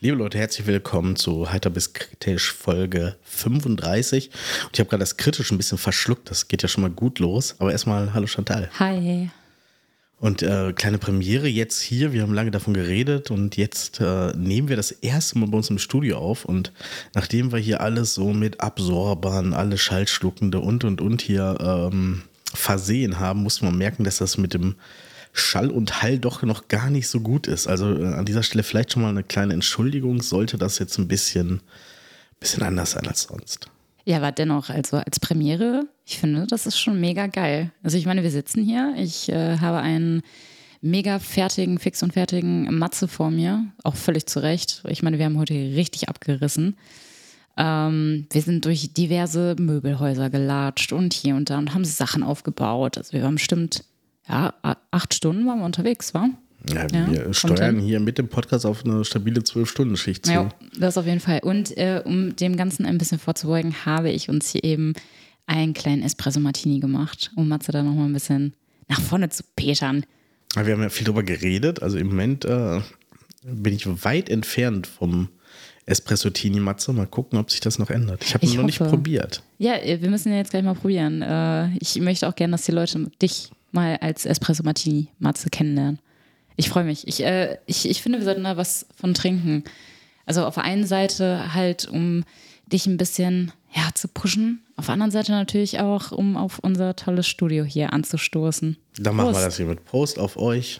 Liebe Leute, herzlich willkommen zu Heiter bis kritisch Folge 35. Und ich habe gerade das kritisch ein bisschen verschluckt, das geht ja schon mal gut los. Aber erstmal hallo Chantal. Hi. Und kleine Premiere jetzt hier, wir haben lange davon geredet und jetzt nehmen wir das erste Mal bei uns im Studio auf. Und nachdem wir hier alles so mit Absorbern, alle Schallschluckende und hier versehen haben, mussten wir merken, dass das mit dem Schall und Hall doch noch gar nicht so gut ist. Also an dieser Stelle vielleicht schon mal eine kleine Entschuldigung, sollte das jetzt ein bisschen anders sein als sonst. Ja, aber dennoch, also als Premiere, ich finde, das ist schon mega geil. Also ich meine, wir sitzen hier, ich habe einen mega fix und fertigen Matze vor mir, auch völlig zu Recht. Ich meine, wir haben heute richtig abgerissen. Wir sind durch diverse Möbelhäuser gelatscht und hier und da und haben Sachen aufgebaut. Also wir waren bestimmt 8 Stunden waren wir unterwegs, wa? Ja, wir steuern hier mit dem Podcast auf eine stabile 12-Stunden-Schicht zu. Ja, das auf jeden Fall. Und um dem Ganzen ein bisschen vorzubeugen, habe ich uns hier eben einen kleinen Espresso-Martini gemacht, um Matze da nochmal ein bisschen nach vorne zu petern. Wir haben ja viel drüber geredet. Also im Moment bin ich weit entfernt vom Espresso-Tini Matze. Mal gucken, ob sich das noch ändert. Ich habe ihn noch nicht probiert. Ja, wir müssen ja jetzt gleich mal probieren. Ich möchte auch gerne, dass die Leute dich mal als Espresso-Martini Matze kennenlernen. Ich freue mich. Ich finde, wir sollten da was von trinken. Also auf der einen Seite halt, um dich ein bisschen zu pushen. Auf der anderen Seite natürlich auch, um auf unser tolles Studio hier anzustoßen. Dann machen wir das hier mit Prost auf euch.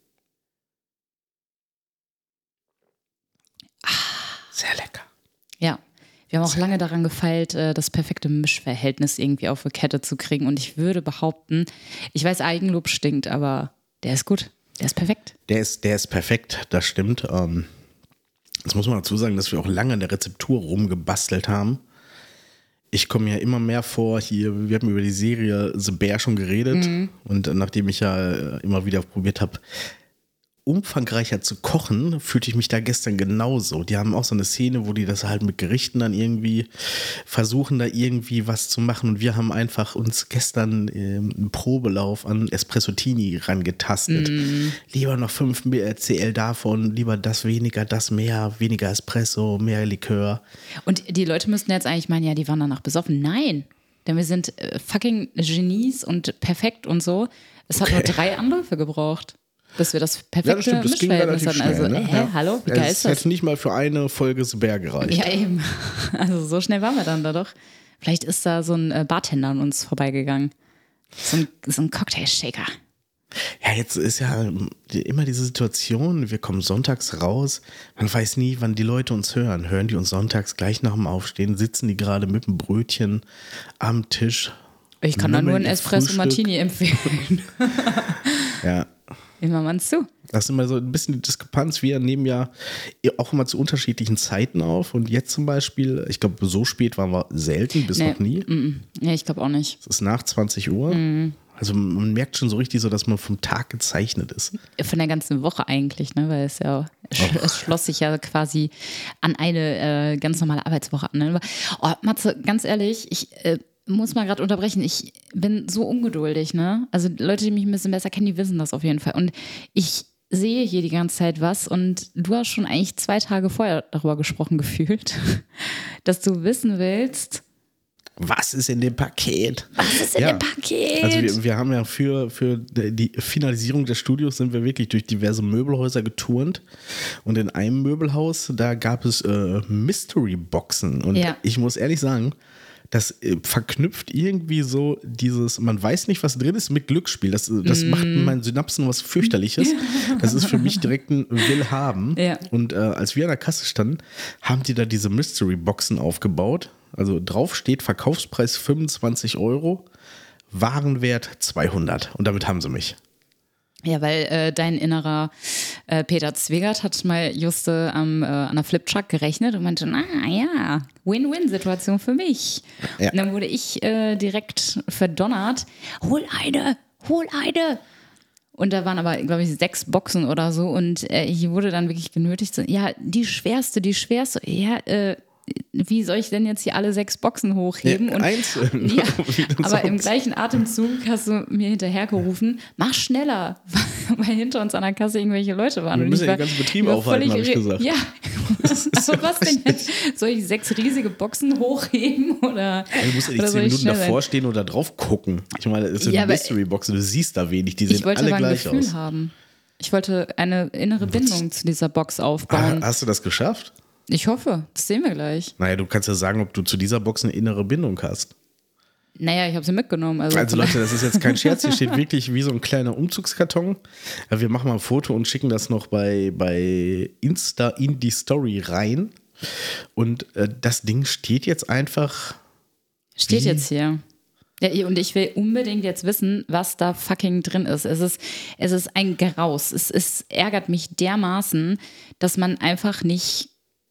Sehr lecker. Ja, wir haben auch lange daran gefeilt, das perfekte Mischverhältnis irgendwie auf die Kette zu kriegen. Und ich würde behaupten, ich weiß, Eigenlob stinkt, aber der ist gut. Der ist perfekt. Der ist perfekt, das stimmt. Jetzt muss man dazu sagen, dass wir auch lange an der Rezeptur rumgebastelt haben. Ich komme ja immer mehr vor, hier, wir haben über die Serie The Bear schon geredet. Und nachdem ich ja immer wieder probiert habe, umfangreicher zu kochen, fühlte ich mich da gestern genauso. Die haben auch so eine Szene, wo die das halt mit Gerichten dann irgendwie versuchen, da irgendwie was zu machen. Und wir haben einfach uns gestern im Probelauf an Espresso-Tini rangetastet. Lieber noch 5 CL davon, lieber das weniger, das mehr, weniger Espresso, mehr Likör. Und die Leute müssten jetzt eigentlich meinen, ja, die waren danach besoffen. Nein, denn wir sind fucking Genies und perfekt und so. Es hat nur 3 Anläufe gebraucht, bis wir das perfekte Mischverhältnis hatten. Also, hallo, wie geil ist das? Es hätte nicht mal für eine Folge The Bear gereicht. Ja, eben. Also so schnell waren wir dann da doch. Vielleicht ist da so ein Bartender an uns vorbeigegangen. So ein Cocktail-Shaker. Ja, jetzt ist ja immer diese Situation, wir kommen sonntags raus, man weiß nie, wann die Leute uns hören. Hören die uns sonntags gleich nach dem Aufstehen, sitzen die gerade mit dem Brötchen am Tisch? Ich kann da nur einen Espresso-Martini empfehlen. Ja. Immer mal zu. Das ist immer so ein bisschen die Diskrepanz. Wir nehmen ja auch immer zu unterschiedlichen Zeiten auf. Und jetzt zum Beispiel, ich glaube, so spät waren wir selten, noch nie. Ja, ich glaube auch nicht. Es ist nach 20 Uhr. Also man merkt schon so richtig so, dass man vom Tag gezeichnet ist. Von der ganzen Woche eigentlich, ne? Weil es schloss sich ja quasi an eine ganz normale Arbeitswoche an. Ne? Oh, Matze, ganz ehrlich, ich muss mal gerade unterbrechen, ich bin so ungeduldig, ne? Also Leute, die mich ein bisschen besser kennen, die wissen das auf jeden Fall. Und ich sehe hier die ganze Zeit was und du hast schon eigentlich 2 Tage vorher darüber gesprochen gefühlt, dass du wissen willst, was ist in dem Paket? Was ist in dem Paket? Also wir haben ja für die Finalisierung des Studios sind wir wirklich durch diverse Möbelhäuser geturnt. Und in einem Möbelhaus, da gab es Mystery-Boxen. Und ich muss ehrlich sagen, das verknüpft irgendwie so dieses, man weiß nicht, was drin ist, mit Glücksspiel. Das macht in meinen Synapsen was fürchterliches. Das ist für mich direkt ein Willhaben. Ja. Und als wir an der Kasse standen, haben die da diese Mystery-Boxen aufgebaut. Also drauf steht Verkaufspreis 25 €, Warenwert 200. Und damit haben sie mich. Ja, weil dein innerer Peter Zwegert hat mal just an der Flipchart gerechnet und meinte, Win-Win-Situation für mich. Ja. Und dann wurde ich direkt verdonnert, hol eine. Und da waren aber, glaube ich, 6 Boxen oder so und ich wurde dann wirklich genötigt, die schwerste, wie soll ich denn jetzt hier alle 6 Boxen hochheben? Ja, einzeln. Ja, aber im gleichen Atemzug hast du mir hinterhergerufen, mach schneller, weil hinter uns an der Kasse irgendwelche Leute waren. Wir müssen den ganzen Betrieb aufhalten, habe ich gesagt. Ja, Aber was denn jetzt? Soll ich 6 riesige Boxen hochheben? Oder, du musst ja nicht 10 Minuten davor stehen oder drauf gucken. Ich meine, das sind Mystery-Boxen, du siehst da wenig, die sehen alle gleich aus. Ich wollte aber ein Gefühl haben. Ich wollte eine innere Bindung zu dieser Box aufbauen. Hast du das geschafft? Ich hoffe, das sehen wir gleich. Naja, du kannst ja sagen, ob du zu dieser Box eine innere Bindung hast. Naja, ich habe sie mitgenommen. Also Leute, das ist jetzt kein Scherz. Hier steht wirklich wie so ein kleiner Umzugskarton. Wir machen mal ein Foto und schicken das noch bei Insta in die Story rein. Und das Ding steht jetzt einfach. Steht jetzt hier. Ja, und ich will unbedingt jetzt wissen, was da fucking drin ist. Es ist ein Graus. Es ärgert mich dermaßen, dass man einfach nicht,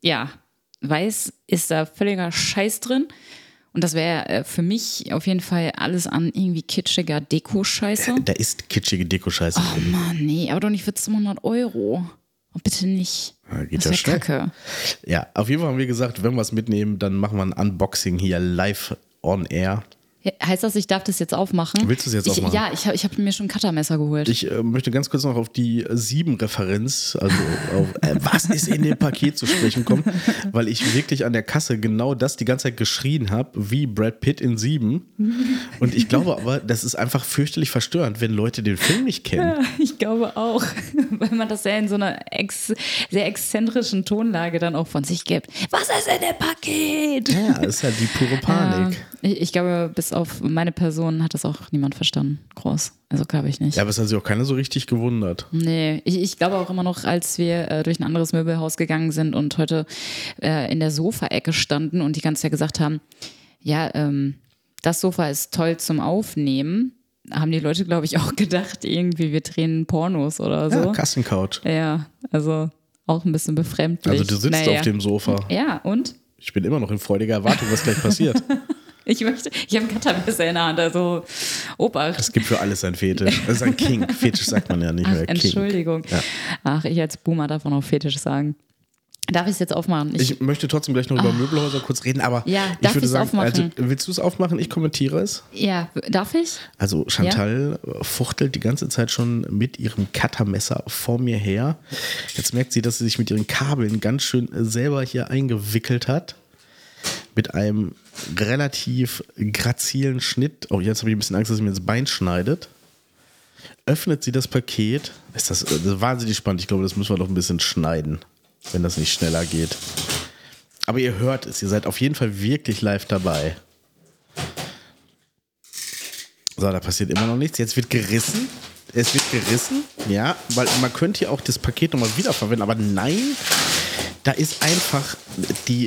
weiß, ist da völliger Scheiß drin. Und das wäre für mich auf jeden Fall alles an irgendwie kitschiger Deko-Scheiße. Da ist kitschige Deko-Scheiße drin. Oh Mann, nee, aber doch nicht für 200 €. Oh, bitte nicht. Ja, geht das schnell. Kacke. Ja, auf jeden Fall haben wir gesagt, wenn wir es mitnehmen, dann machen wir ein Unboxing hier live on air. Ja, heißt das, ich darf das jetzt aufmachen? Willst du es jetzt aufmachen? Ja, ich hab mir schon ein Cuttermesser geholt. Ich möchte ganz kurz noch auf die 7-Referenz, also auf was ist in dem Paket zu sprechen kommen, weil ich wirklich an der Kasse genau das die ganze Zeit geschrien habe, wie Brad Pitt in 7. Und ich glaube aber, das ist einfach fürchterlich verstörend, wenn Leute den Film nicht kennen. Ja, ich glaube auch, weil man das ja in so einer sehr exzentrischen Tonlage dann auch von sich gibt. Was ist in dem Paket? Ja, das ist halt die pure Panik. Ich glaube, bis auf meine Person hat das auch niemand verstanden. Groß. Also glaube ich nicht. Ja, aber es hat sich auch keiner so richtig gewundert. Nee, ich glaube auch immer noch, als wir durch ein anderes Möbelhaus gegangen sind und heute in der Sofaecke standen und die ganze Zeit gesagt haben, ja, das Sofa ist toll zum Aufnehmen, haben die Leute, glaube ich, auch gedacht, irgendwie wir drehen Pornos oder so. Ja, Kassencouch. Ja, also auch ein bisschen befremdlich. Also du sitzt auf dem Sofa. Ja, und? Ich bin immer noch in freudiger Erwartung, was gleich passiert. Ich habe ein Cuttermesser in der Hand, also Obacht. Es gibt für alles ein Fetisch. Das ist ein King. Fetisch sagt man ja nicht mehr. Entschuldigung. Ja. Ach, ich als Boomer darf auch noch Fetisch sagen. Darf ich es jetzt aufmachen? Ich möchte trotzdem gleich noch über Möbelhäuser kurz reden, aber ich würde sagen, also, willst du es aufmachen? Ich kommentiere es. Ja, darf ich? Also Chantal fuchtelt die ganze Zeit schon mit ihrem Cuttermesser vor mir her. Jetzt merkt sie, dass sie sich mit ihren Kabeln ganz schön selber hier eingewickelt hat. Mit einem relativ grazilen Schnitt. Oh, jetzt habe ich ein bisschen Angst, dass sie mir das Bein schneidet. Öffnet sie das Paket. Das ist wahnsinnig spannend. Ich glaube, das müssen wir doch ein bisschen schneiden, wenn das nicht schneller geht. Aber ihr hört es. Ihr seid auf jeden Fall wirklich live dabei. So, da passiert immer noch nichts. Jetzt wird gerissen. Es wird gerissen. Ja, weil man könnte ja auch das Paket nochmal wiederverwenden. Aber nein, da ist einfach die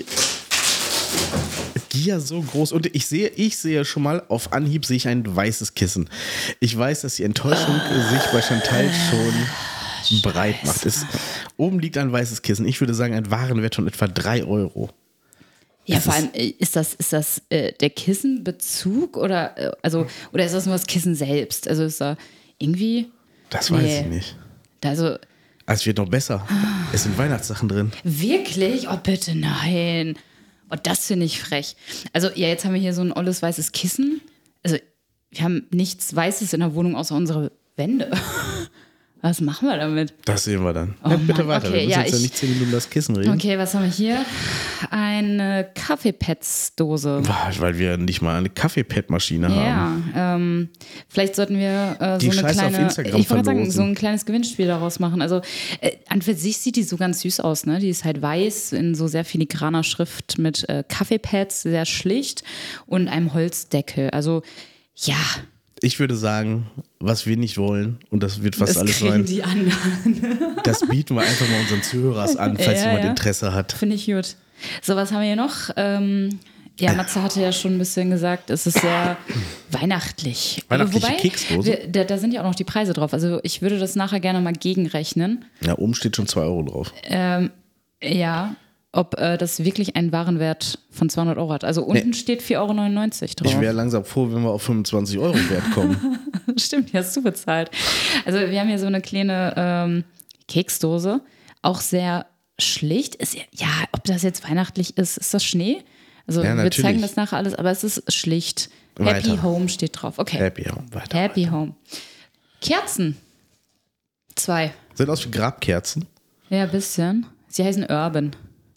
Gier so groß. Und ich sehe schon mal, auf Anhieb sehe ich ein weißes Kissen. Ich weiß, dass die Enttäuschung sich bei Chantal schon breit macht. Oben liegt ein weißes Kissen. Ich würde sagen, ein Warenwert von etwa 3 €. Ja, vor allem, ist das der Kissenbezug oder ist das nur das Kissen selbst? Also ist da irgendwie. Das weiß ich nicht. Also, es wird noch besser. Es sind Weihnachtssachen drin. Wirklich? Oh, bitte nein. Oh, das finde ich frech. Also, ja, jetzt haben wir hier so ein olles weißes Kissen. Also, wir haben nichts Weißes in der Wohnung außer unsere Wände. Was machen wir damit? Das sehen wir dann. Oh, bitte weiter. Okay, wir müssen jetzt ja nicht 10 Minuten das Kissen reden. Okay, was haben wir hier? Eine Kaffeepads-Dose. Weil wir nicht mal eine Kaffeepad-Maschine haben. Ja, vielleicht sollten wir so eine kleine, auf Instagram ich wollte sagen, so ein kleines Gewinnspiel daraus machen. Also an für sich sieht die so ganz süß aus, ne? Die ist halt weiß in so sehr filigraner Schrift mit Kaffeepads, sehr schlicht und einem Holzdeckel. Also ja. Ich würde sagen, was wir nicht wollen, und das wird fast alles sein, die anderen. Das bieten wir einfach mal unseren Zuhörers an, falls jemand Interesse hat. Finde ich gut. So, was haben wir hier noch? Matze hatte ja schon ein bisschen gesagt, es ist sehr weihnachtlich. Weihnachtliche Keksdose. Da sind ja auch noch die Preise drauf. Also ich würde das nachher gerne mal gegenrechnen. Ja, oben steht schon 2 € drauf. Ja, ob das wirklich einen Warenwert von 200 € hat. Also unten steht 4,99 € drauf. Ich wäre langsam froh, wenn wir auf 25 € Wert kommen. Stimmt, die hast du bezahlt. Also wir haben hier so eine kleine Keksdose, auch sehr schlicht. Ob das jetzt weihnachtlich ist das Schnee? Also wir zeigen das nachher alles, aber es ist schlicht. Weiter. Happy Home steht drauf. Okay. Happy Home, weiter. Happy Home. Kerzen. 2. Sieht aus wie Grabkerzen. Ja, ein bisschen. Sie heißen Urban.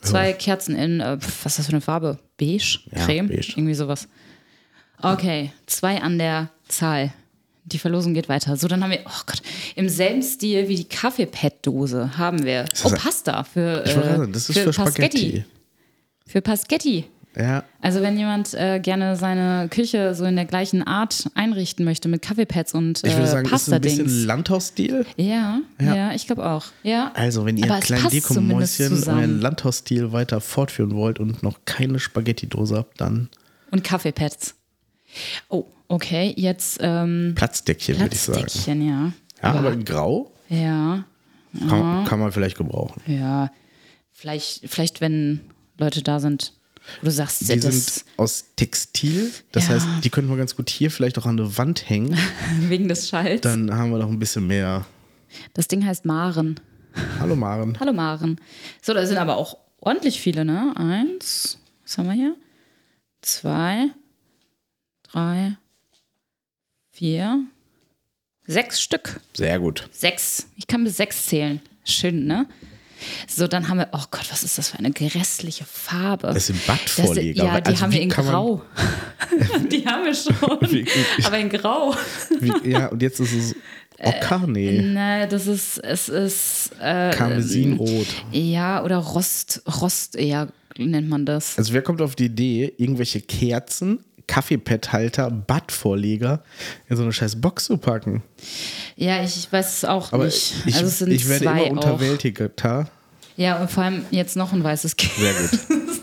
2 Kerzen in, was ist das für eine Farbe? Beige? Ja, Creme? beige. Irgendwie sowas. Okay, 2 an der Zahl. Die Verlosung geht weiter. So, dann haben wir, oh Gott, im selben Stil wie die Kaffeepad-Dose haben wir. Oh, Pasta für, Ich wollte gerade sagen, das ist für Spaghetti. Für Paschetti. Ja. Also wenn jemand gerne seine Küche so in der gleichen Art einrichten möchte mit Kaffeepads und Ich würde sagen, ist ein Pasta-Dings. bisschen Landhausstil. Ja, ich glaube auch. Ja. Also, wenn ihr Aber einen es kleinen passt zumindest Dekomäuschen zusammen. euren Landhausstil weiter fortführen wollt und noch keine Spaghetti-Dose habt, dann Und Kaffeepads. Oh, okay, jetzt Platzdeckchen, würde ich sagen. Platzdeckchen, ja. Ja, aber in Grau Ja, kann man vielleicht gebrauchen. ja. Vielleicht, wenn Leute da sind, wo du sagst, Die das sind aus Textil, das Ja. heißt, die könnten wir ganz gut hier vielleicht auch an der Wand hängen. wegen des Schalls. Dann haben wir noch ein bisschen mehr. Das Ding heißt Maren. Hallo Maren. Hallo Maren. So, da sind aber auch ordentlich viele, ne? 1, was haben wir hier? 2, 3, 4, 6 Stück. Sehr gut. 6. Ich kann bis 6 zählen. Schön, ne? So, dann haben wir, oh Gott, was ist das für eine grässliche Farbe? Das sind Badvorleger. Ja, die Also haben wir wie in kann man- Grau. Die haben wir schon. Aber in Grau. Ja, und jetzt ist es Okane. Ne, es ist Karmesinrot. ja, oder Rost eher nennt man das. Also wer kommt auf die Idee, irgendwelche Kerzen, Kaffeepad-Halter, Badvorleger in so eine scheiß Box zu packen? Ja, ich weiß es auch Aber nicht. ich, Also es sind ich werde 2 immer auch. unterwältigter. Ja, und vor allem jetzt noch ein weißes Kind. Sehr gut.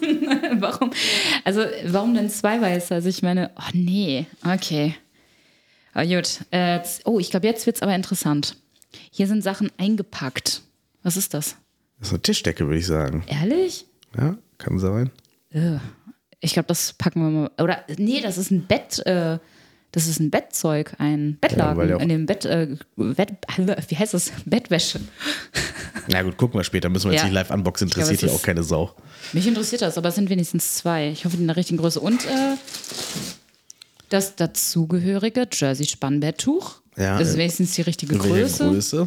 Warum denn 2 weiße? Also ich meine, oh nee, okay. Aber gut. Ich glaube, jetzt wird es aber interessant. Hier sind Sachen eingepackt. Was ist das? Das ist eine Tischdecke, würde ich sagen. Ehrlich? Ja, kann sein. Ich glaube, das packen wir mal. Oder nee, das ist ein Bett. Das ist ein Bettzeug, ein Bettlaken. weil ja auch- in dem Bett. Wie heißt das? Bettwäsche. Na gut, gucken wir später. Müssen wir jetzt Ja. nicht live unboxen. Ich glaube, Interessiert es ja ist- auch keine Sau. Mich interessiert das, aber es sind wenigstens 2. Ich hoffe, die in der richtigen Größe. Und das dazugehörige Jersey-Spannbetttuch. Ja, Das ist wenigstens die richtige In welcher Größe. Größe?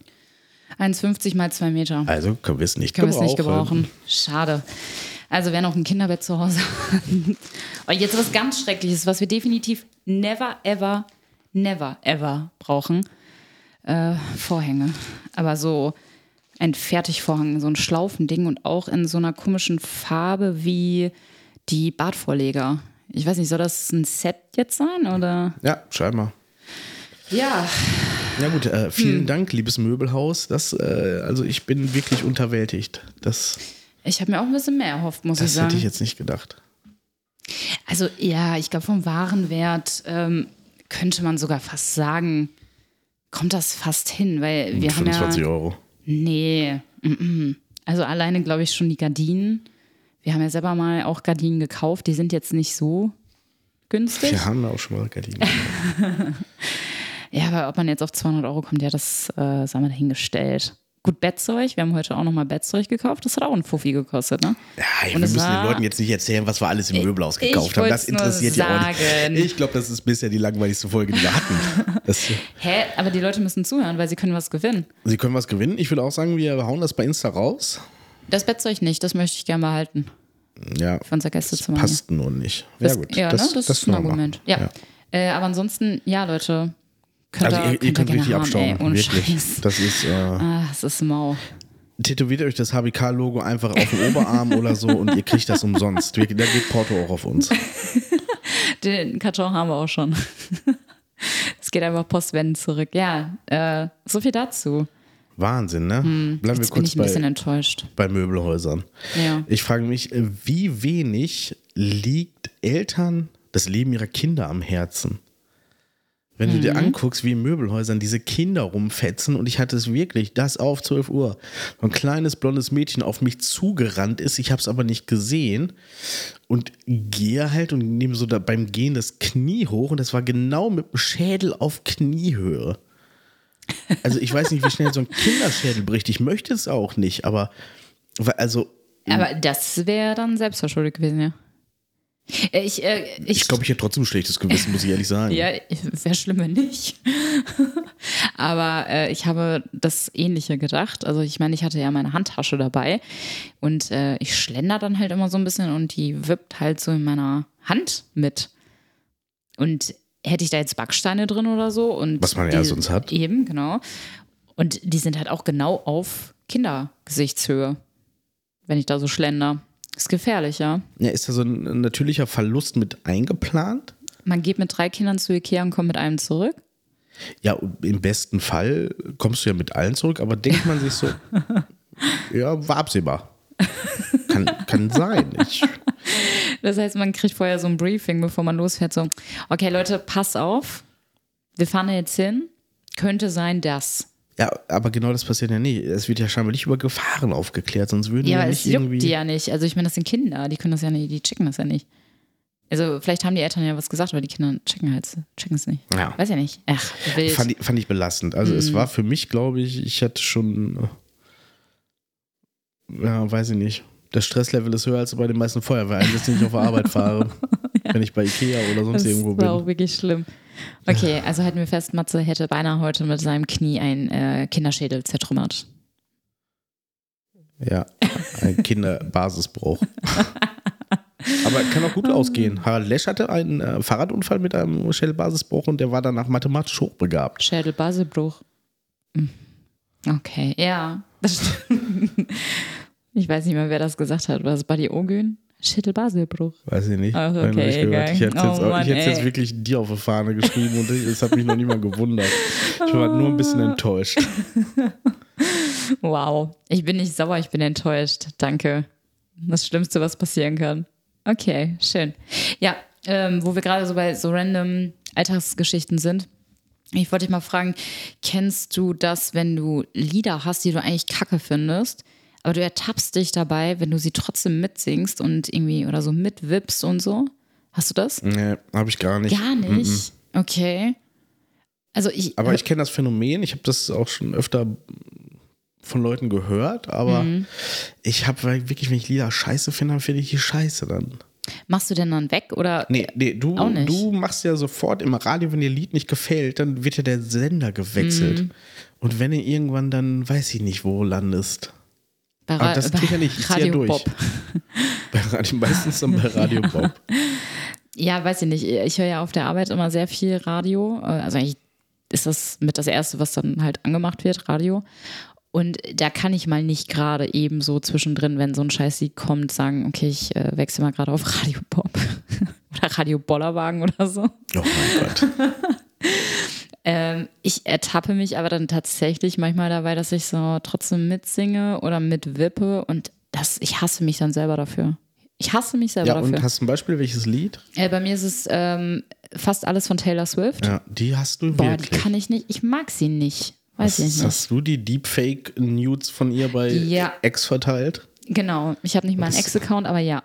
1,50 mal 2 Meter. Also können wir es nicht Können wir gebrauchen. es nicht gebrauchen. Schade. Also wer noch ein Kinderbett zu Hause hat. Und jetzt was ganz Schreckliches, was wir definitiv never, ever brauchen. Vorhänge. Aber so ein Fertigvorhang, so ein Schlaufending und auch in so einer komischen Farbe wie die Badvorleger. Ich weiß nicht, soll das ein Set jetzt sein oder? Ja, scheinbar. Ja, Ja gut, vielen Dank, liebes Möbelhaus. Also ich bin wirklich unterwältigt. Das ich habe mir auch ein bisschen mehr erhofft, muss ich hätte sagen. ich jetzt nicht gedacht. Also ja, ich glaube vom Warenwert könnte man sogar fast sagen, kommt das fast hin, weil wir haben 25 ja... Euro. Nee, also alleine glaube ich schon die Gardinen. Wir haben ja selber mal auch Gardinen gekauft, die sind jetzt nicht so günstig. Wir haben da auch schon mal Gardinen. Ja, aber ob man jetzt auf 200 Euro kommt, ja, das sagen wir dahingestellt. Gut, Bettzeug, wir haben heute auch nochmal Bettzeug gekauft, das hat auch einen Fuffi gekostet, ne? Ja, wir Und es müssen den war- Leuten jetzt nicht erzählen, was wir alles im Möbelhaus ich gekauft haben. Das wollt's nur interessiert ja auch sagen. nicht. Ich glaube, das ist bisher die langweiligste Folge, die wir hatten. Hä? Aber die Leute müssen zuhören, weil sie können was gewinnen. Sie können was gewinnen. Ich würde auch sagen, wir hauen das bei Insta raus. Das Bettzeug nicht, das möchte ich gerne behalten Ja, für unser Gästezimmer. passt nur nicht. Das, Ja gut, ja, das ist ein können wir Argument. machen. Ja. Aber ansonsten, ja, Leute, Also ihr könnt gerne richtig haben, abstauben, ey, ohne wirklich. Scheiß. Das ist, Es ist mau. tätowiert euch das HBK-Logo einfach auf den Oberarm oder so und ihr kriegt das umsonst. Da geht Porto auch auf uns. Den Karton haben wir auch schon. Es geht einfach postwendend zurück. Ja, so viel dazu. Wahnsinn, ne? Bleiben wir Jetzt bin kurz ich ein bisschen bei, enttäuscht. bei Möbelhäusern. Ja. Ich frage mich, wie wenig liegt Eltern das Leben ihrer Kinder am Herzen? Wenn du dir anguckst, wie in Möbelhäusern diese Kinder rumfetzen und ich hatte es wirklich, das auf 12 Uhr, so ein kleines blondes Mädchen auf mich zugerannt ist, ich habe es aber nicht gesehen und gehe halt und nehme so da beim Gehen das Knie hoch und das war genau mit dem Schädel auf Kniehöhe. Also ich weiß nicht, wie schnell so ein Kinderschädel bricht, ich möchte es auch nicht, aber also Aber das wäre dann selbstverschuldet gewesen, ja. Ich ich glaube, ich hätte trotzdem ein schlechtes Gewissen, muss ich ehrlich sagen. ja, wäre schlimm, wenn nicht. Aber ich habe das Ähnliche gedacht. Also ich meine, ich hatte ja meine Handtasche dabei und ich schlender dann halt immer so ein bisschen und die wippt halt so in meiner Hand mit. Und hätte ich da jetzt Backsteine drin oder so und was man ja sonst hat. Eben, genau. Und die sind halt auch genau auf Kindergesichtshöhe, wenn ich da so schlender. Ist gefährlich, ja. Ja, ist da so ein natürlicher Verlust mit eingeplant? Man geht mit 3 Kindern zu Ikea und kommt mit einem zurück. Ja, im besten Fall kommst du ja mit allen zurück, aber denkt man sich so, ja, war absehbar. Kann sein. Das heißt, man kriegt vorher so ein Briefing, bevor man losfährt, so, okay Leute, pass auf, wir fahren da jetzt hin, könnte sein, dass. Ja, aber genau das passiert ja nicht. Es wird ja scheinbar nicht über Gefahren aufgeklärt, sonst würden die ja nicht es irgendwie... juckt die ja nicht. Also ich meine, das sind Kinder, die können das ja nicht, die checken das ja nicht. Also vielleicht haben die Eltern ja was gesagt, aber die Kinder checken es nicht. Ja. Weiß ja nicht. Ach, wild. Fand ich belastend. Also es war für mich, glaube ich hatte schon, ja, weiß ich nicht. Das Stresslevel ist höher als bei den meisten Feuerwehreinsätzen, die ich auf der Arbeit fahre. Ja. Wenn ich bei Ikea oder sonst irgendwo bin. Das war auch wirklich schlimm. Okay, also halten wir fest, Matze hätte beinahe heute mit seinem Knie einen Kinderschädel zertrümmert. Ja, ein Kinderbasisbruch. Aber kann auch gut ausgehen. Harald Lesch hatte einen Fahrradunfall mit einem Schädelbasisbruch und der war danach mathematisch hochbegabt. Schädelbasisbruch. Okay, ja, das stimmt. Ich weiß nicht mehr, wer das gesagt hat. War es Buddy Ogün? Schädelbasisbruch. Weiß ich nicht. Ach, okay, ich hätte jetzt wirklich dir auf die Fahne geschrieben und es hat mich noch nie mal gewundert. Ich war nur ein bisschen enttäuscht. Wow. Ich bin nicht sauer, ich bin enttäuscht. Danke. Das Schlimmste, was passieren kann. Okay, schön. Ja, wo wir gerade so bei so random Alltagsgeschichten sind. Ich wollte dich mal fragen, kennst du das, wenn du Lieder hast, die du eigentlich kacke findest, aber du ertappst dich dabei, wenn du sie trotzdem mitsingst und irgendwie oder so mitwippst und so? Hast du das? Nee, habe ich gar nicht. Gar nicht? Okay. Also aber ich kenne das Phänomen, ich habe das auch schon öfter von Leuten gehört, aber ich habe wirklich, wenn ich Lieder scheiße finde, dann finde ich die scheiße dann. Machst du denn dann weg oder? Nee, du machst ja sofort im Radio, wenn dir Lied nicht gefällt, dann wird ja der Sender gewechselt. Und wenn du irgendwann dann, weiß ich nicht, wo landest. Aber das geht ja nicht, ich ziehe ja durch. Bob. Meistens dann bei Radio Bob. Ja, weiß ich nicht. Ich höre ja auf der Arbeit immer sehr viel Radio. Also eigentlich ist das mit das Erste, was dann halt angemacht wird, Radio. Und da kann ich mal nicht gerade eben so zwischendrin, wenn so ein Scheißlied kommt, sagen, okay, ich wechsle mal gerade auf Radio Bob oder Radio Bollerwagen oder so. Oh mein Gott. Ich ertappe mich aber dann tatsächlich manchmal dabei, dass ich so trotzdem mitsinge oder mitwippe und ich hasse mich dann selber dafür. Ich hasse mich selber dafür. Und hast du ein Beispiel, welches Lied? Bei mir ist es fast alles von Taylor Swift. Ja, die hast du Boah, wirklich. Die kann ich nicht. Ich mag sie nicht. Weiß ich nicht. Hast du die Deepfake-Nudes von ihr bei X verteilt? Genau. Ich habe nicht mal einen X-Account, aber ja.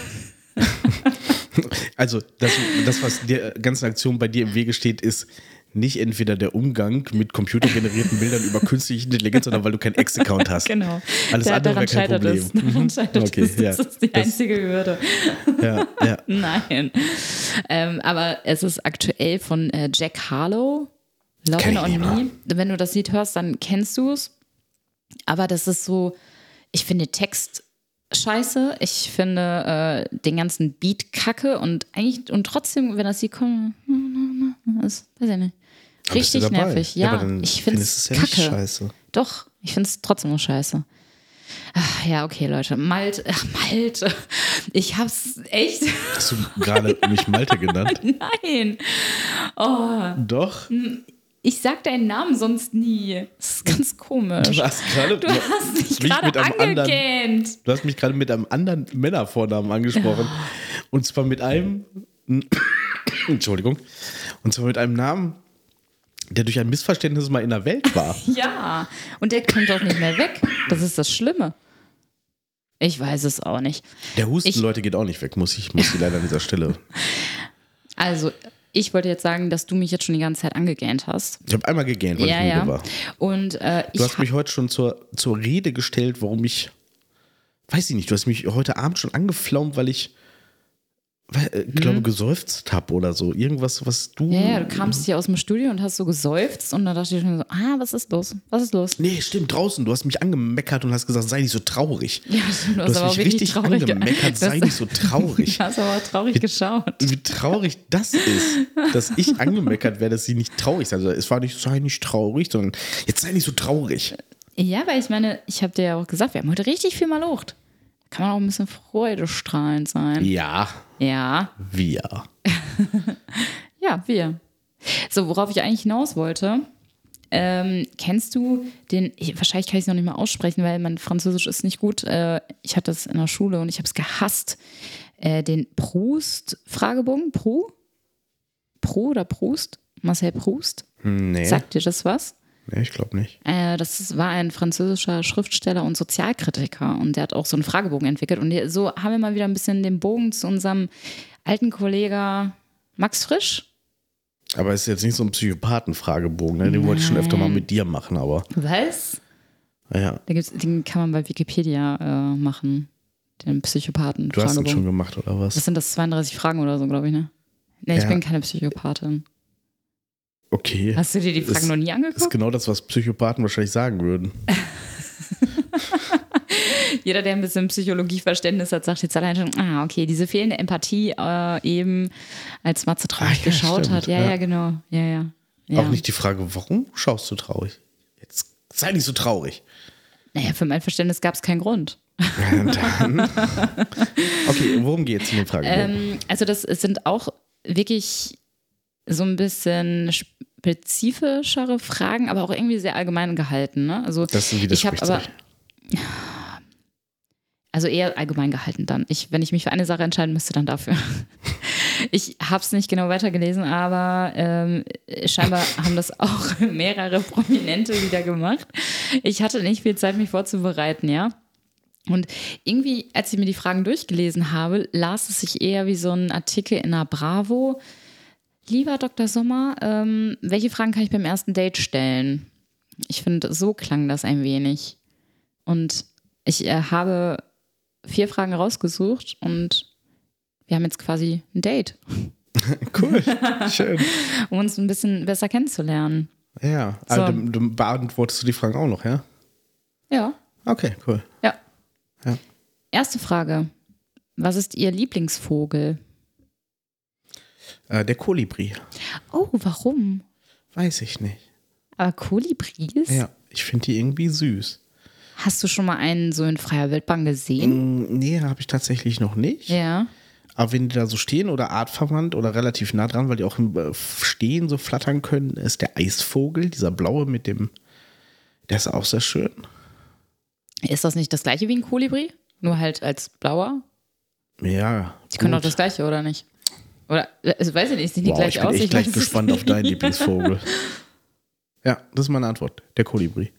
Also das, was der ganzen Aktion bei dir im Wege steht, ist nicht entweder der Umgang mit computergenerierten Bildern über künstliche Intelligenz, sondern weil du keinen Ex-Account hast. Genau. Alles andere wäre kein Problem. Daran scheitert Okay, das ist die einzige Hürde. Ja. Nein. Aber es ist aktuell von Jack Harlow, Lovin' on Me. Wenn du das Lied hörst, dann kennst du es. Aber das ist so, ich finde den Text scheiße. Ich finde den ganzen Beat kacke und trotzdem, wenn das Lied kommt, das weiß ich nicht. Richtig nervig. Ja, aber dann ich finde es ja kacke. Nicht scheiße. Doch, ich finde es trotzdem noch scheiße. Ach, ja, okay, Leute. Malte. Ich hab's echt. Hast du gerade mich Malte genannt? Nein. Oh. Doch. Ich sag deinen Namen sonst nie. Das ist ganz komisch. Du hast mich gerade angegähnt. Du hast mich gerade mit einem anderen Männervornamen angesprochen. Ja. Und zwar mit einem Entschuldigung. Und zwar mit einem Namen, der durch ein Missverständnis mal in der Welt war. Ja, und der kommt auch nicht mehr weg. Das ist das Schlimme. Ich weiß es auch nicht. Der Husten, Leute, geht auch nicht weg, muss ich leider an dieser Stelle. Also, ich wollte jetzt sagen, dass du mich jetzt schon die ganze Zeit angegähnt hast. Ich habe einmal gegähnt, weil ich müde war. Und, du hast mich heute schon zur Rede gestellt, warum ich, weiß ich nicht, du hast mich heute Abend schon angeflaumt, weil ich ich glaube, geseufzt habe oder so. Irgendwas, was du. Ja, du kamst hier aus dem Studio und hast so geseufzt und dann dachte ich schon so, was ist los? Was ist los? Nee, stimmt, draußen. Du hast mich angemeckert und hast gesagt, sei nicht so traurig. Ja, stimmt, du hast aber mich wirklich richtig traurig angemeckert, sei nicht so traurig. Du hast aber traurig geschaut. Wie traurig das ist, dass ich angemeckert werde, dass sie nicht traurig sein soll. Es war nicht, sei nicht traurig, sondern jetzt sei nicht so traurig. Ja, weil ich meine, ich habe dir ja auch gesagt, wir haben heute richtig viel Malocht. Kann man auch ein bisschen freudestrahlend sein. Ja. Ja. Wir. Ja, wir. So, worauf ich eigentlich hinaus wollte, kennst du wahrscheinlich kann ich es noch nicht mal aussprechen, weil mein Französisch ist nicht gut. Ich hatte das in der Schule und ich habe es gehasst. Den Proust-Fragebogen. Pro oder Proust? Marcel Proust? Nee. Sagt dir das was? Nee, ich glaube nicht. Das war ein französischer Schriftsteller und Sozialkritiker und der hat auch so einen Fragebogen entwickelt. Und so haben wir mal wieder ein bisschen den Bogen zu unserem alten Kollegen Max Frisch. Aber es ist jetzt nicht so ein Psychopathen-Fragebogen, ne? Den wollte ich schon öfter mal mit dir machen, aber. Was? Ja. Den kann man bei Wikipedia machen. Den Psychopathen. Du hast ihn schon gemacht, oder was? Was sind das? 32 Fragen oder so, glaube ich, ne? Nee, ich bin keine Psychopathin. Okay. Hast du dir die Fragen noch nie angeguckt? Das ist genau das, was Psychopathen wahrscheinlich sagen würden. Jeder, der ein bisschen Psychologieverständnis hat, sagt jetzt allein schon, okay, diese fehlende Empathie eben, als Matze traurig geschaut stimmt, hat. Ja, genau. Ja. Auch nicht die Frage, warum schaust du traurig? Jetzt sei nicht so traurig. Naja, für mein Verständnis gab es keinen Grund. Dann. Okay, worum geht es in den Fragen? Also das sind auch wirklich so ein bisschen spezifischere Fragen, aber auch irgendwie sehr allgemein gehalten. Ne? Also das widerspricht sich. Also eher allgemein gehalten dann. Wenn ich mich für eine Sache entscheiden müsste, dann dafür. Ich habe es nicht genau weitergelesen, aber scheinbar haben das auch mehrere Prominente wieder gemacht. Ich hatte nicht viel Zeit, mich vorzubereiten, ja. Und irgendwie, als ich mir die Fragen durchgelesen habe, las es sich eher wie so ein Artikel in der Bravo. Lieber Dr. Sommer, welche Fragen kann ich beim ersten Date stellen? Ich finde, so klang das ein wenig. Und ich habe 4 Fragen rausgesucht und wir haben jetzt quasi ein Date. Cool, schön. Um uns ein bisschen besser kennenzulernen. Ja, so. Also du beantwortest du die Fragen auch noch, ja? Ja. Okay, cool. Ja. Ja. Erste Frage. Was ist Ihr Lieblingsvogel? Der Kolibri. Oh, warum? Weiß ich nicht. Aber Kolibris? Ja, ich finde die irgendwie süß. Hast du schon mal einen so in freier Wildbahn gesehen? Nee, habe ich tatsächlich noch nicht. Ja. Aber wenn die da so stehen oder artverwandt oder relativ nah dran, weil die auch im Stehen so flattern können, ist der Eisvogel, dieser blaue mit dem, der ist auch sehr schön. Ist das nicht das gleiche wie ein Kolibri? Nur halt als blauer? Ja. Die können doch das gleiche, oder nicht? Oder, also weiß ich nicht, sehen die gleich aus? Ich bin echt gleich gespannt auf deinen Lieblingsvogel. Ja, das ist meine Antwort. Der Kolibri.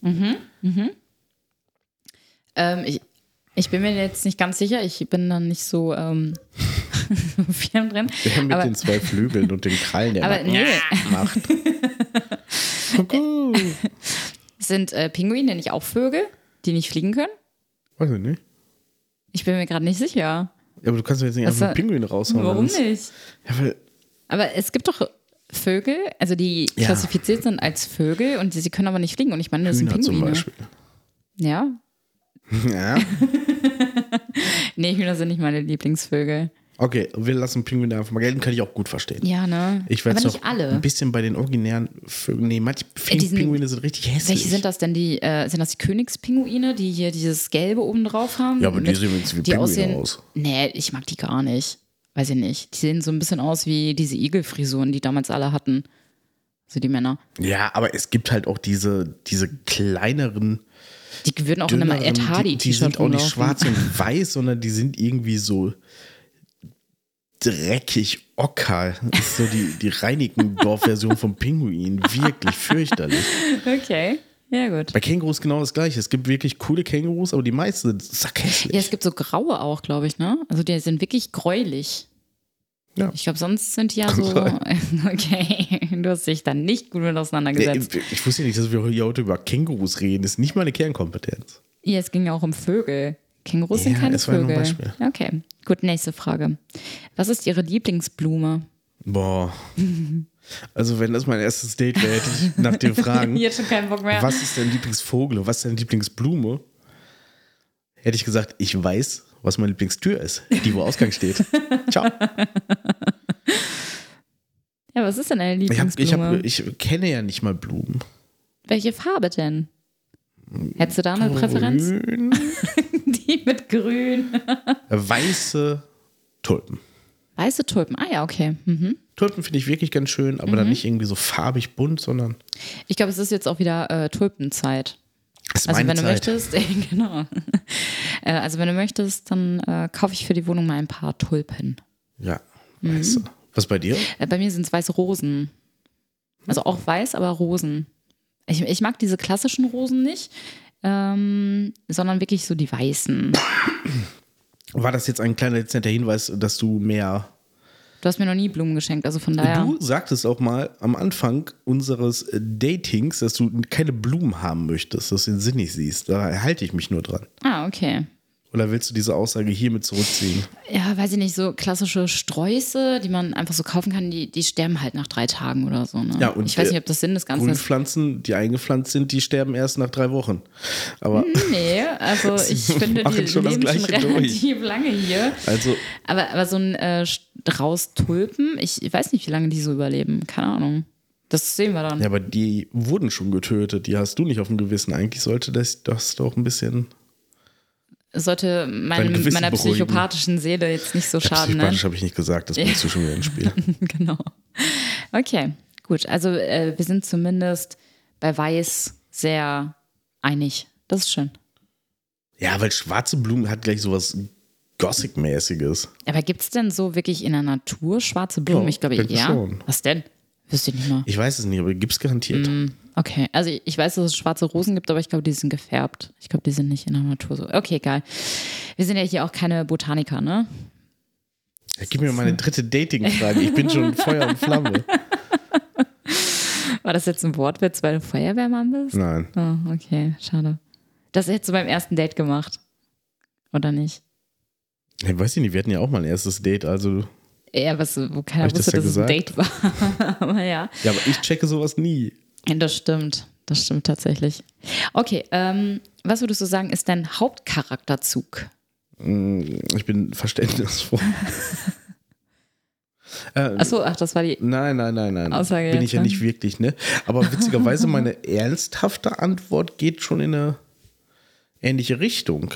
Ich bin mir jetzt nicht ganz sicher. Ich bin dann nicht so firm drin. Der mit den 2 Flügeln und den Krallen, der macht. Sind Pinguine nicht auch Vögel, die nicht fliegen können? Weiß ich nicht. Ich bin mir gerade nicht sicher. Ja, aber du kannst doch jetzt nicht einfach einen Pinguin raushauen. Warum nicht? Ja, aber es gibt doch Vögel, also die klassifiziert sind als Vögel und sie können aber nicht fliegen. Und ich meine, das sind Pinguine. Zum Beispiel. Ja. Ja. Nee, Hühner sind nicht meine Lieblingsvögel. Okay, wir lassen Pinguine einfach mal gelten, kann ich auch gut verstehen. Ja, ne? Ich werde aber noch nicht alle. ein bisschen bei den originären Vögeln. Nee, manche Pinguine sind richtig hässlich. Welche sind das denn? Sind das die Königspinguine, die hier dieses Gelbe oben drauf haben? Ja, aber die sehen jetzt wie Pinguine aus. Nee, ich mag die gar nicht. Weiß ich nicht. Die sehen so ein bisschen aus wie diese Igelfrisuren, die damals alle hatten. So die Männer. Ja, aber es gibt halt auch diese kleineren. Die würden auch in einem Ed Hardy-T-Shirt Die sind auch nicht schwarz und weiß, sondern die sind irgendwie so dreckig ocker. Das ist so die Reinickendorf-Version vom Pinguin. Wirklich fürchterlich. Okay, ja gut. Bei Kängurus genau das Gleiche. Es gibt wirklich coole Kängurus, aber die meisten sind sackhässlich. Ja, es gibt so graue auch, glaube ich, ne? Also die sind wirklich gräulich. Ja. Ich glaube, sonst sind die ja so. Okay, du hast dich dann nicht gut mit auseinandergesetzt. Ich wusste ja nicht, dass wir hier heute über Kängurus reden. Das ist nicht meine Kernkompetenz. Ja, es ging ja auch um Vögel. Kängurus sind keine es war nur ein Vögel. Beispiel. Okay, gut, nächste Frage. Was ist Ihre Lieblingsblume? Boah. Also wenn das mein erstes Date wäre, hätte ich nach dir fragen, Jetzt schon keinen Bock mehr. was ist dein Lieblingsvogel und was ist deine Lieblingsblume? Hätte ich gesagt, ich weiß, was meine Lieblingstür ist, die wo Ausgang steht. Ciao. Ja, was ist denn deine Lieblingsblume? Ich kenne ja nicht mal Blumen. Welche Farbe denn? Hättest du da eine Präferenz? Grün. Die mit grün. Weiße Tulpen. Weiße Tulpen, ah ja, okay. Mhm. Tulpen finde ich wirklich ganz schön, aber dann nicht irgendwie so farbig bunt, sondern Ich glaube, es ist jetzt auch wieder Tulpenzeit. das ist Also meine wenn du Zeit. möchtest, genau. Also wenn du möchtest, dann kaufe ich für die Wohnung mal ein paar Tulpen. Ja, weiße. Was bei dir? Bei mir sind es weiße Rosen. Also auch weiß, aber Rosen. Ich mag diese klassischen Rosen nicht, sondern wirklich so die weißen. War das jetzt ein kleiner dezenter Hinweis, dass du mehr... Du hast mir noch nie Blumen geschenkt, also von daher. Du sagtest auch mal am Anfang unseres Datings, dass du keine Blumen haben möchtest, dass du den Sinn nicht siehst. Da halte ich mich nur dran. Ah, okay. Oder willst du diese Aussage hiermit zurückziehen? Ja, weiß ich nicht, so klassische Sträuße, die man einfach so kaufen kann, die sterben halt nach 3 Tagen oder so. Ne? Ja, und ich weiß nicht, ob das Sinn des Ganzen ist. Grünpflanzen, die eingepflanzt sind, die sterben erst nach 3 Wochen. Aber Nee, also ich finde, machen die schon das leben schon Gleiche relativ lange hier. also Aber so ein Strauß Tulpen, ich weiß nicht, wie lange die so überleben. Keine Ahnung. Das sehen wir dann. ja, aber die wurden schon getötet. Die hast du nicht auf dem Gewissen. Eigentlich sollte das doch ein bisschen... Sollte Gewissen meiner beruhigen. psychopathischen Seele jetzt nicht so schaden. Ne? Psychopathisch habe ich nicht gesagt, das bringst du schon wieder ins Spiel. Genau. Okay, gut. Also wir sind zumindest bei Weiß sehr einig. Das ist schön. Ja, weil schwarze Blumen hat gleich sowas Gothic-mäßiges. Aber gibt es denn so wirklich in der Natur schwarze Blumen? Ja, Ich glaube, denke ja. schon. Was denn? Wüsste ich nicht mal. Ich weiß es nicht, aber gibt es garantiert. Okay, also ich weiß, dass es schwarze Rosen gibt, aber ich glaube, die sind gefärbt. Ich glaube, die sind nicht in der Natur so. Okay, egal. Wir sind ja hier auch keine Botaniker, ne? Ja, gib mir mal eine dritte Dating-Frage. Ich bin schon Feuer und Flamme. War das jetzt ein Wortwitz, weil du Feuerwehrmann bist? Nein. Oh, okay, schade. Das hättest du beim ersten Date gemacht. Oder nicht? Ich weiß nicht, wir hatten ja auch mal ein erstes Date, also... Ja, wo keiner Hab ich das wusste, ja dass es ein gesagt? Date war. Aber ja. Ja, aber ich checke sowas nie. Ja, das stimmt. Das stimmt tatsächlich. Okay, was würdest du sagen, ist dein Hauptcharakterzug? Ich bin verständnisvoll. Achso, das war die. Nein. Aussage Bin jetzt, ich ja ne? nicht wirklich, ne? Aber witzigerweise, meine ernsthafte Antwort geht schon in eine ähnliche Richtung.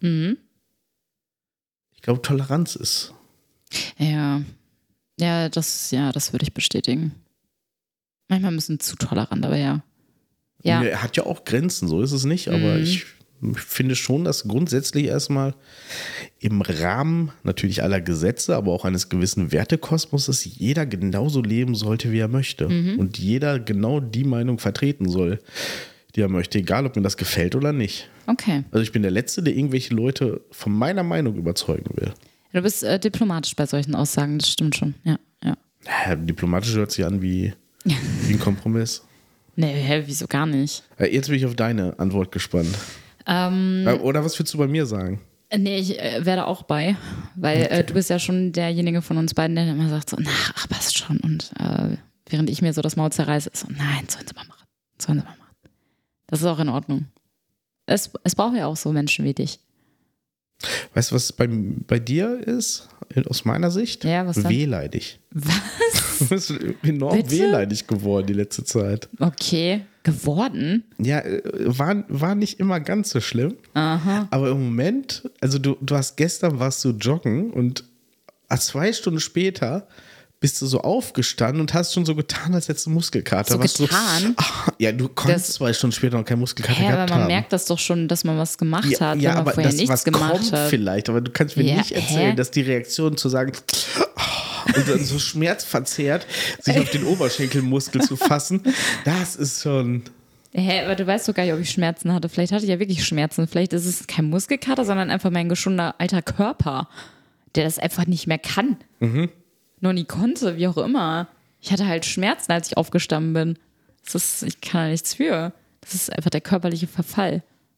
Ich glaube, Toleranz ist. Ja, das würde ich bestätigen. Manchmal ein bisschen zu tolerant, aber ja. Ja, Er hat ja auch Grenzen, so ist es nicht, aber ich finde schon, dass grundsätzlich erstmal im Rahmen natürlich aller Gesetze, aber auch eines gewissen Wertekosmoses jeder genauso leben sollte, wie er möchte. Und jeder genau die Meinung vertreten soll, die er möchte, egal ob mir das gefällt oder nicht. okay. Also ich bin der Letzte, der irgendwelche Leute von meiner Meinung überzeugen will. Du bist diplomatisch bei solchen Aussagen, das stimmt schon. Ja. Ja, diplomatisch hört sich an wie ein Kompromiss. Nee, wieso gar nicht? Jetzt bin ich auf deine Antwort gespannt. Oder was würdest du bei mir sagen? Nee, ich werde auch bei, weil du bist ja schon derjenige von uns beiden, der immer sagt so, ach, passt schon. Und während ich mir so das Maul zerreiße, ist so, nein, sollen sie mal machen. Das ist auch in Ordnung. Es braucht ja auch so Menschen wie dich. Weißt du, was bei dir ist? Aus meiner Sicht? Ja, was dann? Wehleidig. Was? Du bist enorm Bitte? wehleidig geworden die letzte Zeit. Okay, geworden? Ja, war nicht immer ganz so schlimm. Aha. Aber im Moment, also du warst du joggen und 2 Stunden später bist du so aufgestanden und hast schon so getan, als hättest du Muskelkater. So Warst getan? Ja, du konntest 2 Stunden später noch keinen Muskelkater Aber gehabt man haben. merkt das doch schon, dass man was gemacht hat, ja, wenn man aber vorher das, nichts was gemacht kommt hat. vielleicht, aber du kannst mir Ja, nicht erzählen, hä? dass die Reaktion zu sagen und dann so schmerzverzerrt sich auf den Oberschenkelmuskel zu fassen, das ist schon... Aber du weißt doch gar nicht, ob ich Schmerzen hatte. Vielleicht hatte ich ja wirklich Schmerzen. Vielleicht ist es kein Muskelkater, sondern einfach mein geschundener alter Körper, der das einfach nicht mehr kann. Noch nie konnte, wie auch immer. Ich hatte halt Schmerzen, als ich aufgestanden bin. Ich kann da nichts für. Das ist einfach der körperliche Verfall.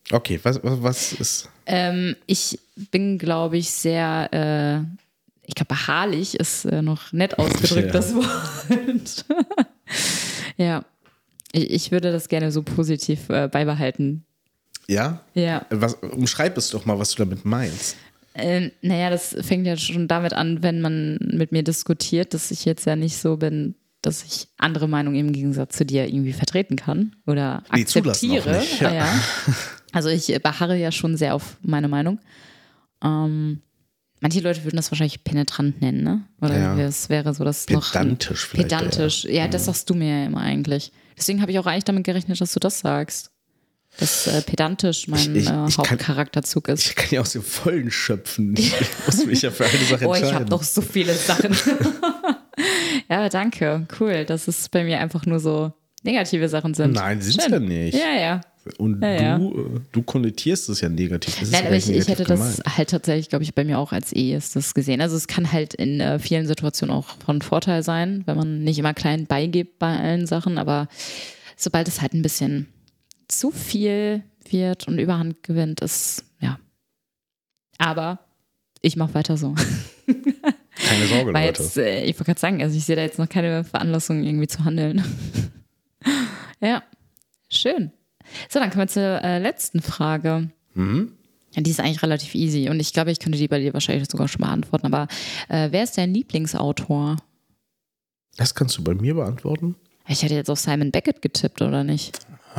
Okay, was ist? Ich bin, glaube ich, sehr, ich glaube, beharrlich ist noch nett ausgedrückt, das Wort. Ja, ich würde das gerne so positiv beibehalten. Ja? Ja. Umschreib es doch mal, was du damit meinst. Naja, das fängt ja schon damit an, wenn man mit mir diskutiert, dass ich jetzt ja nicht so bin, dass ich andere Meinungen im Gegensatz zu dir irgendwie vertreten kann oder akzeptiere. Nicht, ja. Ja. Also ich beharre ja schon sehr auf meine Meinung. Manche Leute würden das wahrscheinlich penetrant nennen, ne? Oder es wäre so, dass pedantisch noch vielleicht. Pedantisch, ja, das sagst du mir ja immer eigentlich. Deswegen habe ich auch eigentlich damit gerechnet, dass du das sagst. Dass pedantisch mein Hauptcharakterzug ist. Ich kann ja aus dem Vollen schöpfen. Ich muss mich ja für eine Sache entscheiden. Ich habe doch so viele Sachen. Ja, danke. Cool, dass es bei mir einfach nur so negative Sachen sind. Nein, sind es ja nicht. Ja. Und du konnotierst es ja negativ. Das Nein, aber ich hätte das halt tatsächlich, glaube ich, bei mir auch als das gesehen. Also es kann halt in vielen Situationen auch von Vorteil sein, wenn man nicht immer klein beigibt bei allen Sachen, aber sobald es halt ein bisschen zu viel wird und Überhand gewinnt, ist, ja. Aber ich mache weiter so. Keine Sorge, Leute. Jetzt, ich wollte gerade sagen, also ich sehe da jetzt noch keine Veranlassung, irgendwie zu handeln. Ja, schön. So, dann kommen wir zur letzten Frage. Die ist eigentlich relativ easy und ich glaube, ich könnte die bei dir wahrscheinlich sogar schon beantworten, aber wer ist dein Lieblingsautor? Das kannst du bei mir beantworten? Ich hätte jetzt auf Simon Beckett getippt, oder nicht?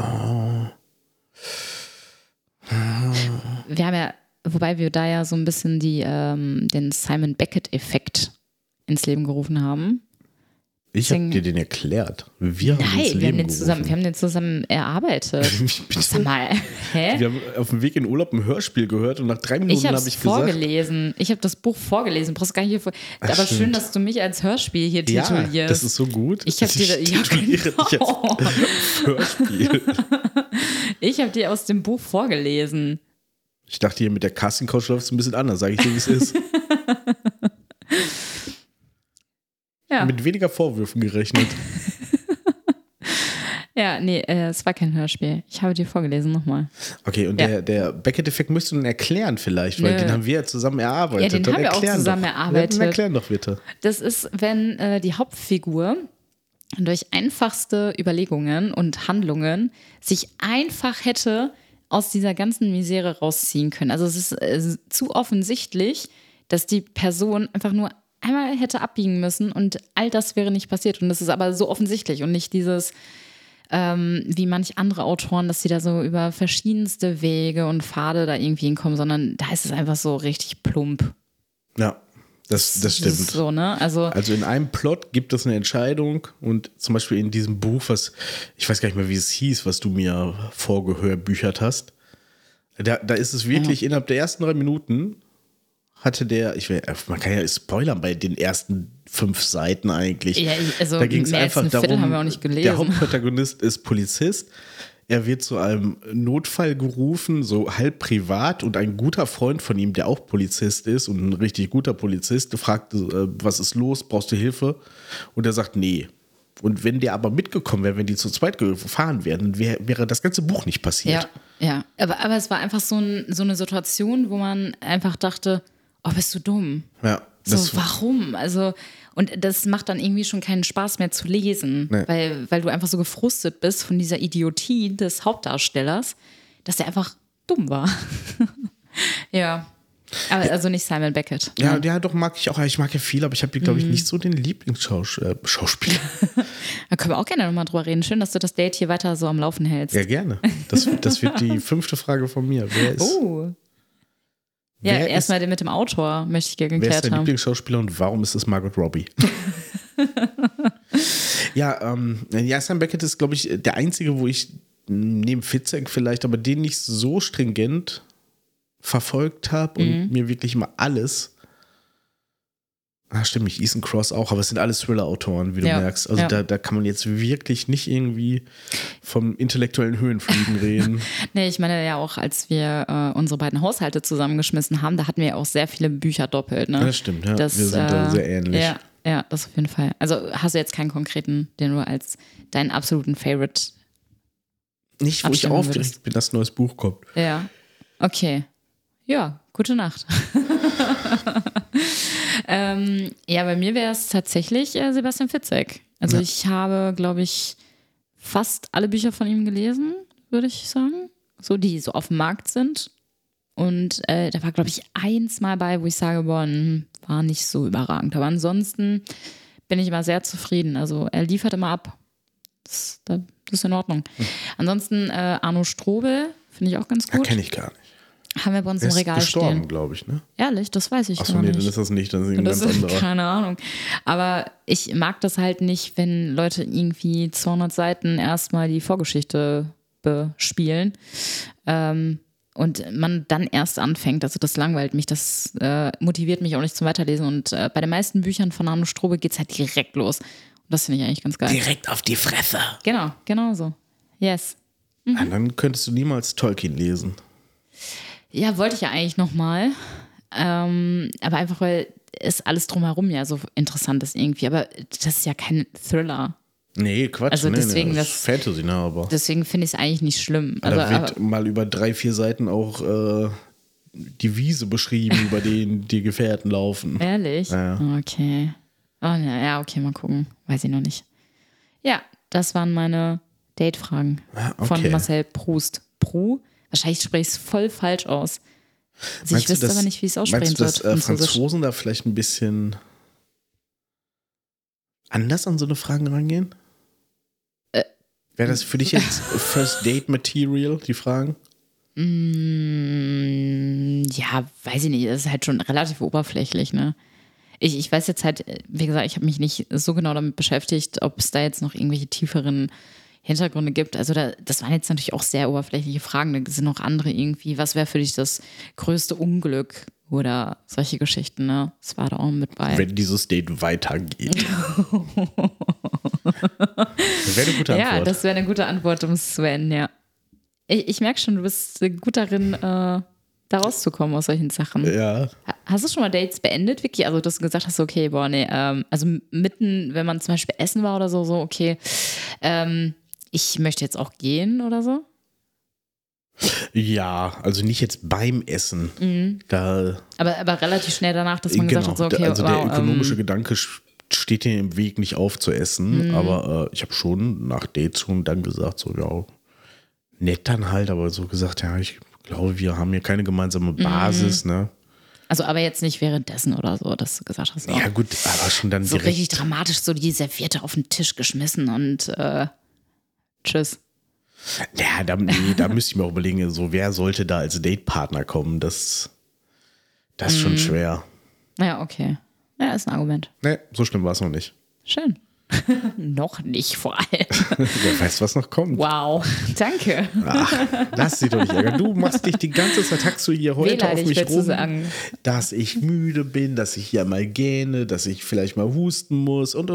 Wir haben ja, wobei wir da ja so ein bisschen den Simon Beckett-Effekt ins Leben gerufen haben. Ich habe dir den erklärt. Wir haben den zusammen erarbeitet. Sag mal, hä? Wir haben auf dem Weg in Urlaub ein Hörspiel gehört und nach 3 Minuten habe ich vorgelesen. Ich habe das Buch vorgelesen. Brauchst gar nicht hier aber stimmt. Schön, dass du mich als Hörspiel hier titulierst. Ja, das ist so gut. Ich tituliere dich als Hörspiel. Ich habe dir aus dem Buch vorgelesen. Ich dachte, hier mit der Casting-Couch läuft es ein bisschen anders. Sage ich dir, wie es ist. Ja. Mit weniger Vorwürfen gerechnet. Ja, nee, es war kein Hörspiel. Ich habe dir vorgelesen nochmal. Okay, und der Beckett-Effekt müsst du dann erklären vielleicht, weil den haben wir ja zusammen erarbeitet. Ja, den haben wir auch zusammen erarbeitet. Erklären doch bitte. Das ist, wenn die Hauptfigur durch einfachste Überlegungen und Handlungen sich einfach hätte aus dieser ganzen Misere rausziehen können. Also es ist zu offensichtlich, dass die Person einfach nur einmal hätte abbiegen müssen und all das wäre nicht passiert. Und das ist aber so offensichtlich und nicht dieses, wie manch andere Autoren, dass sie da so über verschiedenste Wege und Pfade da irgendwie hinkommen, sondern da ist es einfach so richtig plump. Ja, das stimmt. Das ist so, ne? Also in einem Plot gibt es eine Entscheidung und zum Beispiel in diesem Buch, ich weiß gar nicht mehr, wie es hieß, was du mir vorgehörbüchert hast, da ist es wirklich innerhalb der ersten 3 Minuten man kann ja spoilern bei den ersten 5 Seiten eigentlich. Ja, also da ging es einfach darum, haben wir auch nicht gelesen. Der Hauptprotagonist ist Polizist. Er wird zu einem Notfall gerufen, so halb privat, und ein guter Freund von ihm, der auch Polizist ist und ein richtig guter Polizist, fragt, was ist los, brauchst du Hilfe? Und er sagt, nee. Und wenn der aber mitgekommen wäre, wenn die zu zweit gefahren wären, dann wäre das ganze Buch nicht passiert. Ja. Aber es war einfach so eine Situation, wo man einfach dachte, oh, bist du dumm? Ja. Warum? Also, und das macht dann irgendwie schon keinen Spaß mehr zu lesen, nee. weil du einfach so gefrustet bist von dieser Idiotie des Hauptdarstellers, dass er einfach dumm war. Ja. Aber also nicht Simon Beckett. Ja, doch mag ich auch. Ich mag ja viel, aber ich habe hier, glaube ich, nicht so den Lieblingsschauspieler. Da können wir auch gerne nochmal drüber reden. Schön, dass du das Date hier weiter so am Laufen hältst. Ja, gerne. Das wird die 5. Frage von mir. Wer ist... Ja, erstmal mit dem Autor möchte ich gerne geklärt haben. Wer ist dein Lieblingsschauspieler und warum ist es Margot Robbie? Simon Beckett ist, glaube ich, der einzige, wo ich neben Fitzek vielleicht, aber den nicht so stringent verfolgt habe und mir wirklich immer alles. Stimmt nicht, Ethan Cross auch, aber es sind alles Thriller-Autoren, wie du merkst. Also da kann man jetzt wirklich nicht irgendwie vom intellektuellen Höhenfliegen reden. Nee, ich meine ja auch, als wir unsere beiden Haushalte zusammengeschmissen haben, da hatten wir ja auch sehr viele Bücher doppelt. Ne? Ja, das stimmt, ja. Wir sind da sehr ähnlich. Ja, das auf jeden Fall. Also hast du jetzt keinen konkreten, den du als deinen absoluten Favorite Nicht, wo ich aufgeregt bin, dass ein neues Buch kommt. Ja, okay. Ja, gute Nacht. Ja, bei mir wäre es tatsächlich Sebastian Fitzek. Also ich habe, glaube ich, fast alle Bücher von ihm gelesen, würde ich sagen. So, die so auf dem Markt sind. Und da war, glaube ich, eins mal bei, wo ich sage, boah, war nicht so überragend. Aber ansonsten bin ich immer sehr zufrieden. Also er liefert immer ab. Das ist in Ordnung. Ansonsten Arno Strobel, finde ich auch ganz gut. Kenne ich gar nicht. Haben wir bei uns im Regal stehen. Er ist gestorben, glaube ich, ne? Ehrlich, das weiß ich Achso, nee, dann ist das nicht. Dann ist ein ganz anderer. Keine Ahnung. Aber ich mag das halt nicht, wenn Leute irgendwie 200 Seiten erstmal die Vorgeschichte bespielen. Und man dann erst anfängt. Also das langweilt mich, das motiviert mich auch nicht zum Weiterlesen. Und bei den meisten Büchern von Arno Strobel geht es halt direkt los. Und das finde ich eigentlich ganz geil. Direkt auf die Fresse. Genau so. Yes. Ja, dann könntest du niemals Tolkien lesen. Ja, wollte ich ja eigentlich nochmal. Aber einfach, weil es alles drumherum ja so interessant ist irgendwie. Aber das ist ja kein Thriller. Nee, Quatsch. Also deswegen das ist Fantasy, ne, aber. Deswegen finde ich es eigentlich nicht schlimm. Also, da wird mal über 3-4 Seiten auch die Wiese beschrieben, über denen die Gefährten laufen. Ehrlich? Ja. Okay. Oh, ja, okay, mal gucken. Weiß ich noch nicht. Ja, das waren meine Date-Fragen von Marcel Proust. Wahrscheinlich spreche ich es voll falsch aus. Also ich wüsste aber nicht, wie ich es aussprechen soll. Meinst du, dass Franzosen da vielleicht ein bisschen anders an so eine Frage rangehen? Wäre das für dich jetzt First Date Material, die Fragen? Ja, weiß ich nicht. Das ist halt schon relativ oberflächlich, ne? Ich weiß jetzt halt, wie gesagt, ich habe mich nicht so genau damit beschäftigt, ob es da jetzt noch irgendwelche tieferen Hintergründe gibt. Also das waren jetzt natürlich auch sehr oberflächliche Fragen. Da sind noch andere irgendwie. Was wäre für dich das größte Unglück oder solche Geschichten, ne? Das war da auch mit bei. Wenn dieses Date weitergeht. Das wäre eine gute Antwort. Ja, das wäre eine gute Antwort, um es zu beenden, ja. Ich merke schon, du bist gut darin, da rauszukommen aus solchen Sachen. Ja. Hast du schon mal Dates beendet, Vicky? Also, dass du gesagt hast, okay, boah, nee, also mitten, wenn man zum Beispiel essen war oder so, okay, ich möchte jetzt auch gehen oder so? Ja, also nicht jetzt beim Essen. Mhm. Da, aber relativ schnell danach, dass man gesagt hat, so, okay, also wow, der ökonomische Gedanke steht dir im Weg, nicht aufzuessen. Aber ich habe schon nach Dates schon dann gesagt, so, ja, nett dann halt, aber so gesagt, ja, ich glaube, wir haben hier keine gemeinsame Basis, ne? Also aber jetzt nicht währenddessen oder so, dass du gesagt hast. Ja gut, aber schon dann so direkt. richtig dramatisch so die Serviette auf den Tisch geschmissen und tschüss. Ja, da müsste ich mir auch überlegen, so wer sollte da als Datepartner kommen, das ist schon schwer. Ja, okay. Ja, ist ein Argument. Ne, so schlimm war es noch nicht. Schön. Noch nicht vor allem. Wer weiß, was noch kommt. Wow, danke. Ach, lass dich doch nicht ärgern. Du machst dich die ganze Zeit, hackst du hier heute auf mich rum, dass ich müde bin, dass ich hier mal gähne, dass ich vielleicht mal husten muss und.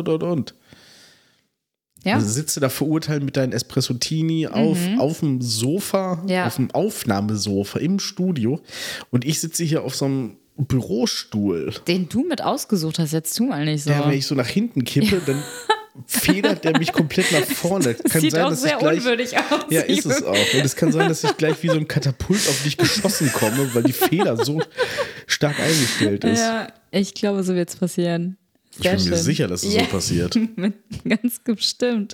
Ja. Also sitzt du da verurteilt mit deinem Espresso-Tini auf dem Sofa, auf dem Aufnahmesofa im Studio und ich sitze hier auf so einem Bürostuhl. Den du mit ausgesucht hast, jetzt tu mal nicht so. Ja, wenn ich so nach hinten kippe, dann federt der mich komplett nach vorne. Das sieht auch sehr unwürdig aus. Ja, ist es auch. Und es kann sein, dass ich gleich wie so ein Katapult auf dich geschossen komme, weil die Feder so stark eingestellt ist. Ja, ich glaube, so wird es passieren. Sehr ich bin mir sicher, dass es so passiert. Ganz bestimmt.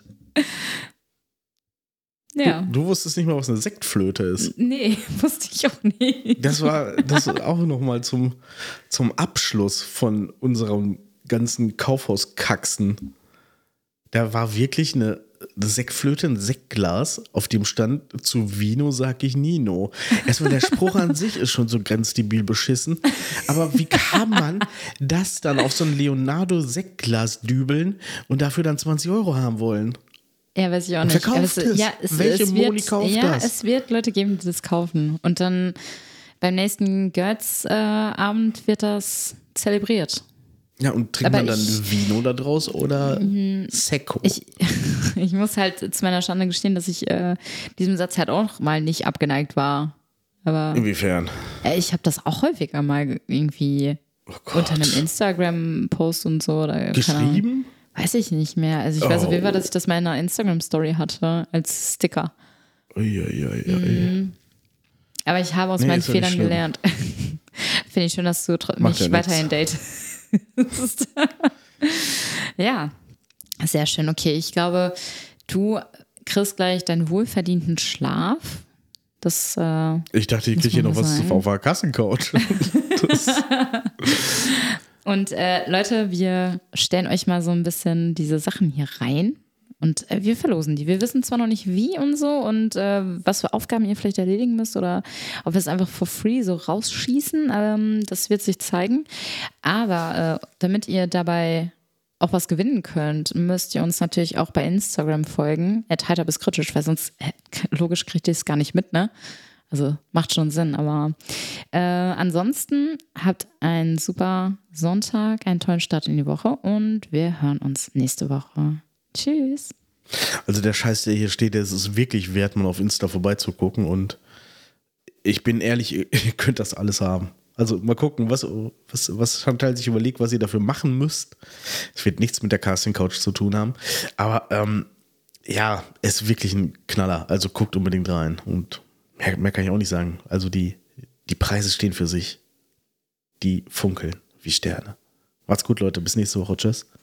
Ja. Du wusstest nicht mal, was eine Sektflöte ist. Nee, wusste ich auch nicht. Das war auch nochmal zum Abschluss von unserem ganzen Kaufhauskaxen. Da war wirklich eine Sektflöte, ein Sektglas, auf dem stand, zu Vino sag ich Nino. Erstmal der Spruch an sich ist schon so grenzdebil beschissen. Aber wie kann man das dann auf so ein Leonardo-Sektglas dübeln und dafür dann 20 € haben wollen? Ja, weiß ich auch nicht. Wer kauft es? Ja, Welche Moni kauft das? Ja, es wird Leute geben, die das kaufen. Und dann beim nächsten Götz-Abend wird das zelebriert. Ja, und trinkt man dann Vino da draus oder Secco? Ich muss halt zu meiner Schande gestehen, dass ich diesem Satz halt auch mal nicht abgeneigt war. Aber inwiefern? Ich habe das auch häufiger mal irgendwie unter einem Instagram-Post und so. Oder, geschrieben? Weiß ich nicht mehr. Also ich weiß auf jeden Fall, dass ich das mal in einer Instagram-Story hatte als Sticker. Aber ich habe aus meinen Fehlern gelernt. Finde ich schön, dass du mich weiterhin datest. Ja, sehr schön. Okay, ich glaube, du kriegst gleich deinen wohlverdienten Schlaf. Ich dachte, ich kriege hier noch was auf der Kassencouch. Und Leute, wir stellen euch mal so ein bisschen diese Sachen hier rein. Und wir verlosen die. Wir wissen zwar noch nicht wie und so und was für Aufgaben ihr vielleicht erledigen müsst oder ob wir es einfach for free so rausschießen. Das wird sich zeigen. Aber damit ihr dabei auch was gewinnen könnt, müsst ihr uns natürlich auch bei Instagram folgen. @heiter bis kritisch, weil sonst logisch kriegt ihr es gar nicht mit, ne? Also macht schon Sinn. Aber ansonsten habt einen super Sonntag, einen tollen Start in die Woche und wir hören uns nächste Woche. Tschüss. Also der Scheiß, der hier steht, der ist es wirklich wert, mal auf Insta vorbeizugucken und ich bin ehrlich, ihr könnt das alles haben. Also mal gucken, was Chantal sich überlegt, was ihr dafür machen müsst. Es wird nichts mit der Casting Couch zu tun haben, aber ja, es ist wirklich ein Knaller, also guckt unbedingt rein und mehr kann ich auch nicht sagen. Also die Preise stehen für sich, die funkeln wie Sterne. Macht's gut, Leute, bis nächste Woche, tschüss.